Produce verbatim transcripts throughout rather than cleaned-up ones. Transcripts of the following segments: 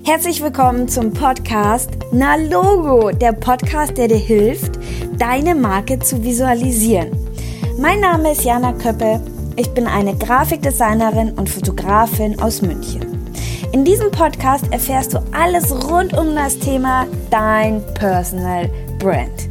Herzlich willkommen zum Podcast Na Logo, der Podcast, der dir hilft, deine Marke zu visualisieren. Mein Name ist Jana Köppe, ich bin eine Grafikdesignerin und Fotografin aus München. In diesem Podcast erfährst du alles rund um das Thema dein Personal Brand.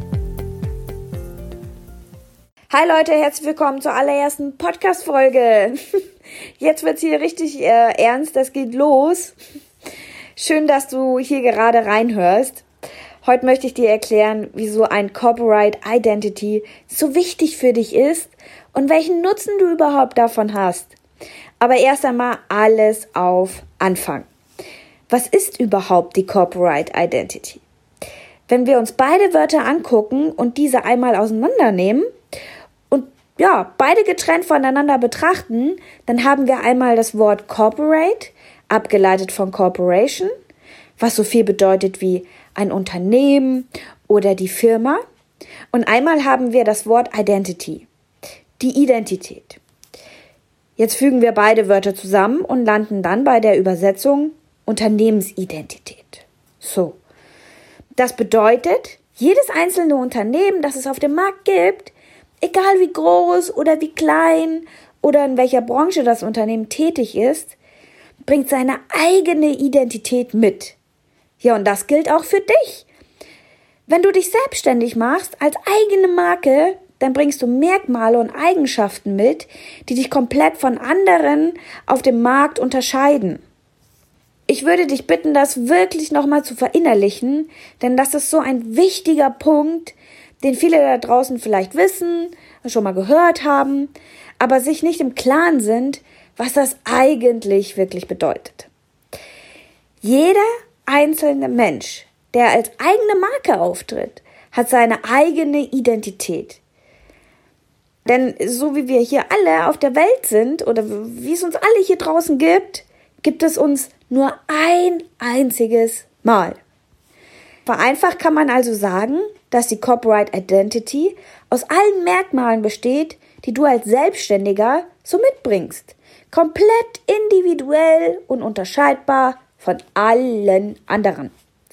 Hi Leute, herzlich willkommen zur allerersten Podcast-Folge. Jetzt wird's hier richtig äh, ernst, das geht los. Schön, dass du hier gerade reinhörst. Heute möchte ich dir erklären, wieso ein Corporate Identity so wichtig für dich ist und welchen Nutzen du überhaupt davon hast. Aber erst einmal alles auf Anfang. Was ist überhaupt die Corporate Identity? Wenn wir uns beide Wörter angucken und diese einmal auseinandernehmen und ja, beide getrennt voneinander betrachten, dann haben wir einmal das Wort Corporate, abgeleitet von Corporation, was so viel bedeutet wie ein Unternehmen oder die Firma. Und einmal haben wir das Wort Identity, die Identität. Jetzt fügen wir beide Wörter zusammen und landen dann bei der Übersetzung Unternehmensidentität. So, das bedeutet, jedes einzelne Unternehmen, das es auf dem Markt gibt, egal wie groß oder wie klein oder in welcher Branche das Unternehmen tätig ist, bringt seine eigene Identität mit. Ja, und das gilt auch für dich. Wenn du dich selbstständig machst als eigene Marke, dann bringst du Merkmale und Eigenschaften mit, die dich komplett von anderen auf dem Markt unterscheiden. Ich würde dich bitten, das wirklich nochmal zu verinnerlichen, denn das ist so ein wichtiger Punkt, den viele da draußen vielleicht wissen, schon mal gehört haben, aber sich nicht im Klaren sind, was das eigentlich wirklich bedeutet. Jeder einzelne Mensch, der als eigene Marke auftritt, hat seine eigene Identität. Denn so wie wir hier alle auf der Welt sind oder wie es uns alle hier draußen gibt, gibt es uns nur ein einziges Mal. Vereinfacht kann man also sagen, dass die Corporate Identity aus allen Merkmalen besteht, die du als Selbstständiger so mitbringst. Komplett individuell und unterscheidbar von allen anderen.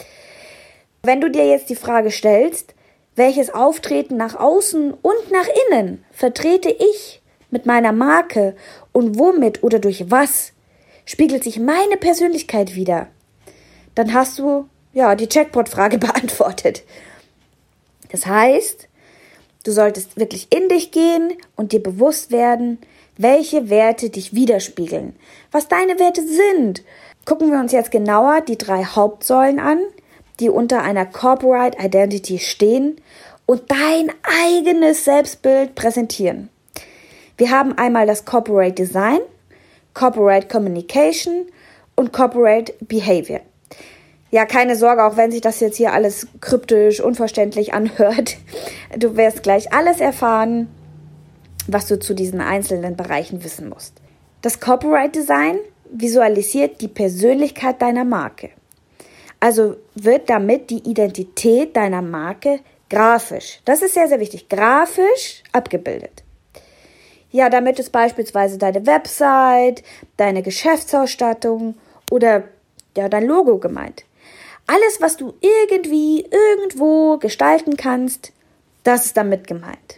Wenn du dir jetzt die Frage stellst, welches Auftreten nach außen und nach innen vertrete ich mit meiner Marke und womit oder durch was spiegelt sich meine Persönlichkeit wider, dann hast du ja die Jackpot-Frage beantwortet. Das heißt, du solltest wirklich in dich gehen und dir bewusst werden, welche Werte dich widerspiegeln, was deine Werte sind. Gucken wir uns jetzt genauer die drei Hauptsäulen an, die unter einer Corporate Identity stehen und dein eigenes Selbstbild präsentieren. Wir haben einmal das Corporate Design, Corporate Communication und Corporate Behavior. Ja, keine Sorge, auch wenn sich das jetzt hier alles kryptisch, unverständlich anhört. Du wirst gleich alles erfahren, was du zu diesen einzelnen Bereichen wissen musst. Das Corporate Design visualisiert die Persönlichkeit deiner Marke. Also wird damit die Identität deiner Marke grafisch, das ist sehr, sehr wichtig, grafisch abgebildet. Ja, damit ist beispielsweise deine Website, deine Geschäftsausstattung oder ja, dein Logo gemeint. Alles, was du irgendwie, irgendwo gestalten kannst, das ist damit gemeint.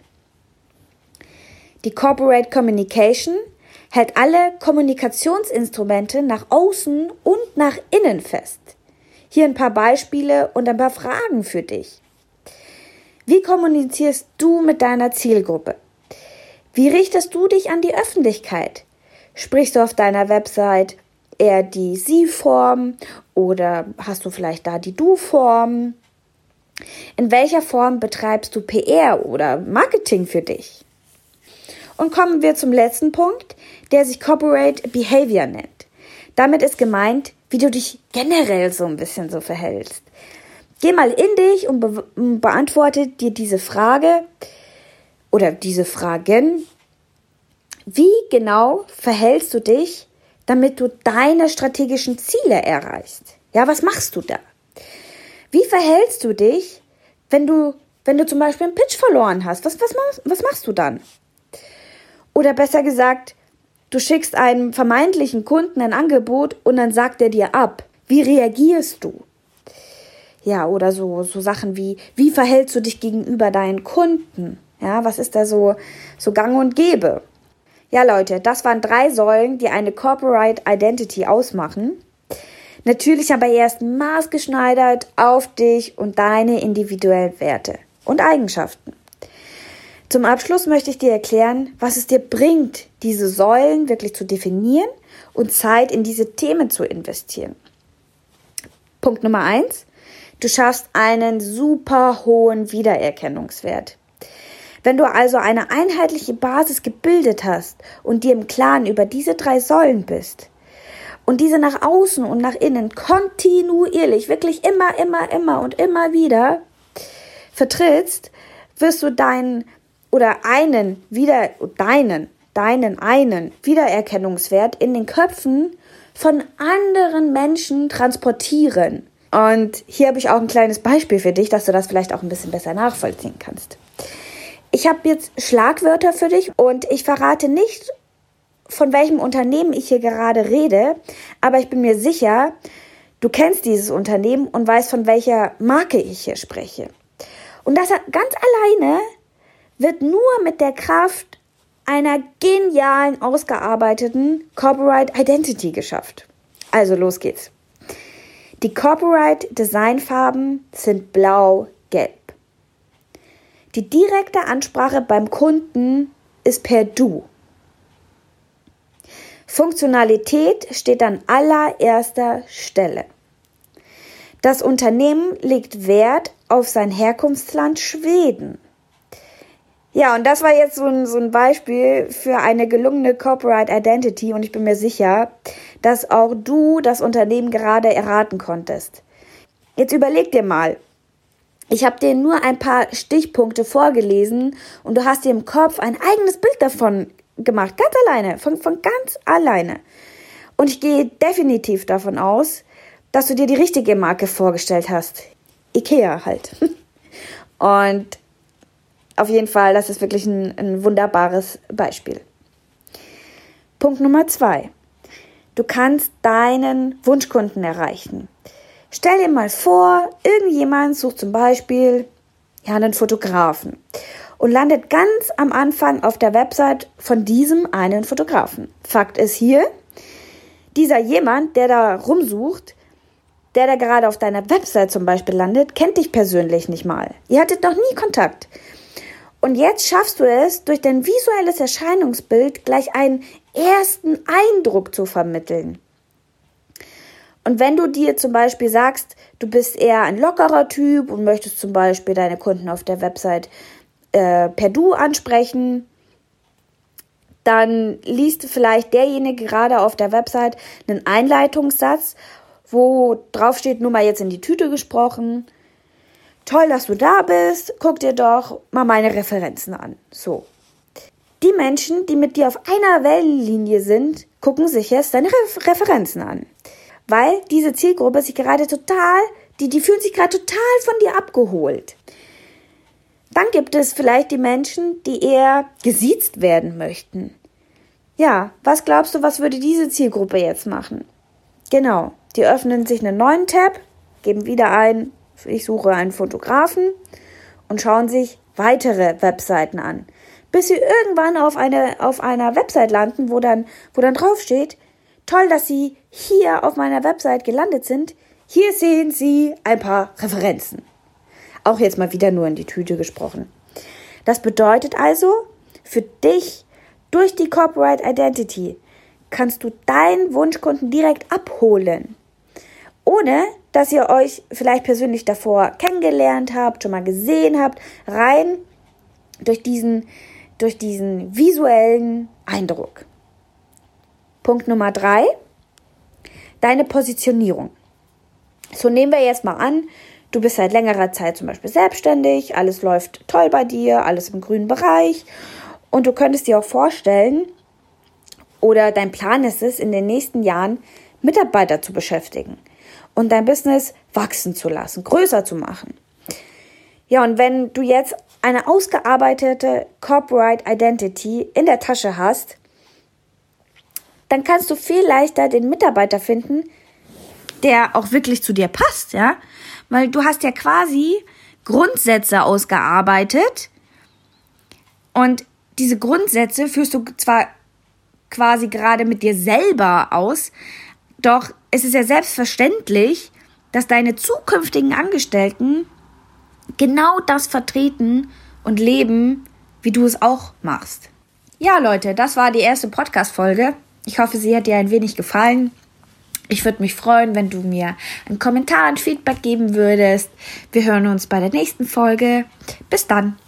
Die Corporate Communication hält alle Kommunikationsinstrumente nach außen und nach innen fest. Hier ein paar Beispiele und ein paar Fragen für dich. Wie kommunizierst du mit deiner Zielgruppe? Wie richtest du dich an die Öffentlichkeit? Sprichst du auf deiner Website eher die Sie-Form oder hast du vielleicht da die Du-Form? In welcher Form betreibst du P R oder Marketing für dich? Und kommen wir zum letzten Punkt, der sich Corporate Behavior nennt. Damit ist gemeint, wie du dich generell so ein bisschen so verhältst. Geh mal in dich und be- beantworte dir diese Frage oder diese Fragen. Wie genau verhältst du dich, damit du deine strategischen Ziele erreichst? Ja, was machst du da? Wie verhältst du dich, wenn du, wenn du zum Beispiel einen Pitch verloren hast? Was, was, was machst du dann? Oder besser gesagt, du schickst einem vermeintlichen Kunden ein Angebot und dann sagt er dir ab. Wie Wie reagierst du? Ja, oder so, so Sachen wie, wie verhältst du dich gegenüber deinen Kunden? Ja, was ist da so, so gang und gäbe? Ja, Leute, das waren drei Säulen, die eine Corporate Identity ausmachen. Natürlich aber erst maßgeschneidert auf dich und deine individuellen Werte und Eigenschaften. Zum Abschluss möchte ich dir erklären, was es dir bringt, diese Säulen wirklich zu definieren und Zeit in diese Themen zu investieren. Punkt Nummer eins. Du schaffst einen super hohen Wiedererkennungswert. Wenn du also eine einheitliche Basis gebildet hast und dir im Klaren über diese drei Säulen bist und diese nach außen und nach innen kontinuierlich, wirklich immer, immer, immer und immer wieder vertrittst, wirst du deinen oder einen wieder deinen, deinen einen Wiedererkennungswert in den Köpfen von anderen Menschen transportieren. Und hier habe ich auch ein kleines Beispiel für dich, dass du das vielleicht auch ein bisschen besser nachvollziehen kannst. Ich habe jetzt Schlagwörter für dich und ich verrate nicht, von welchem Unternehmen ich hier gerade rede, aber ich bin mir sicher, du kennst dieses Unternehmen und weißt, von welcher Marke ich hier spreche. Und das ganz alleine wird nur mit der Kraft einer genialen, ausgearbeiteten Corporate Identity geschafft. Also los geht's. Die Corporate Designfarben sind blau-gelb. Die direkte Ansprache beim Kunden ist per Du. Funktionalität steht an allererster Stelle. Das Unternehmen legt Wert auf sein Herkunftsland Schweden. Ja, und das war jetzt so ein, so ein Beispiel für eine gelungene Corporate Identity und ich bin mir sicher, dass auch du das Unternehmen gerade erraten konntest. Jetzt überleg dir mal, ich habe dir nur ein paar Stichpunkte vorgelesen und du hast dir im Kopf ein eigenes Bild davon gemacht, ganz alleine, von, von ganz alleine. Und ich gehe definitiv davon aus, dass du dir die richtige Marke vorgestellt hast. Ikea halt. Und auf jeden Fall, das ist wirklich ein, ein wunderbares Beispiel. Punkt Nummer zwei. Du kannst deinen Wunschkunden erreichen. Stell dir mal vor, irgendjemand sucht zum Beispiel ja, einen Fotografen und landet ganz am Anfang auf der Website von diesem einen Fotografen. Fakt ist hier, dieser jemand, der da rumsucht, der da gerade auf deiner Website zum Beispiel landet, kennt dich persönlich nicht mal. Ihr hattet noch nie Kontakt. Und jetzt schaffst du es, durch dein visuelles Erscheinungsbild gleich einen ersten Eindruck zu vermitteln. Und wenn du dir zum Beispiel sagst, du bist eher ein lockerer Typ und möchtest zum Beispiel deine Kunden auf der Website äh, per Du ansprechen, dann liest vielleicht derjenige gerade auf der Website einen Einleitungssatz, wo drauf steht, nur mal jetzt in die Tüte gesprochen, toll, dass du da bist, guck dir doch mal meine Referenzen an. So. Die Menschen, die mit dir auf einer Wellenlinie sind, gucken sich jetzt deine Re- Referenzen an. Weil diese Zielgruppe sich gerade total, die, die fühlen sich gerade total von dir abgeholt. Dann gibt es vielleicht die Menschen, die eher gesiezt werden möchten. Ja, was glaubst du, was würde diese Zielgruppe jetzt machen? Genau, die öffnen sich einen neuen Tab, geben wieder ein, ich suche einen Fotografen und schauen sich weitere Webseiten an, bis sie irgendwann auf eine auf einer Website landen, wo dann wo dann drauf steht, toll, dass Sie hier auf meiner Website gelandet sind. Hier sehen Sie ein paar Referenzen. Auch jetzt mal wieder nur in die Tüte gesprochen. Das bedeutet also, für dich durch die Corporate Identity kannst du deinen Wunschkunden direkt abholen, ohne dass ihr euch vielleicht persönlich davor kennengelernt habt, schon mal gesehen habt, rein durch diesen, durch diesen visuellen Eindruck. Punkt Nummer drei, deine Positionierung. So, nehmen wir jetzt mal an, du bist seit längerer Zeit zum Beispiel selbstständig, alles läuft toll bei dir, alles im grünen Bereich und du könntest dir auch vorstellen, oder dein Plan ist es, in den nächsten Jahren Mitarbeiter zu beschäftigen und dein Business wachsen zu lassen, größer zu machen. Ja, und wenn du jetzt eine ausgearbeitete Corporate Identity in der Tasche hast, dann kannst du viel leichter den Mitarbeiter finden, der auch wirklich zu dir passt, ja? Weil du hast ja quasi Grundsätze ausgearbeitet und diese Grundsätze führst du zwar quasi gerade mit dir selber aus, doch es ist ja selbstverständlich, dass deine zukünftigen Angestellten genau das vertreten und leben, wie du es auch machst. Ja, Leute, das war die erste Podcast-Folge. Ich hoffe, sie hat dir ein wenig gefallen. Ich würde mich freuen, wenn du mir einen Kommentar und Feedback geben würdest. Wir hören uns bei der nächsten Folge. Bis dann.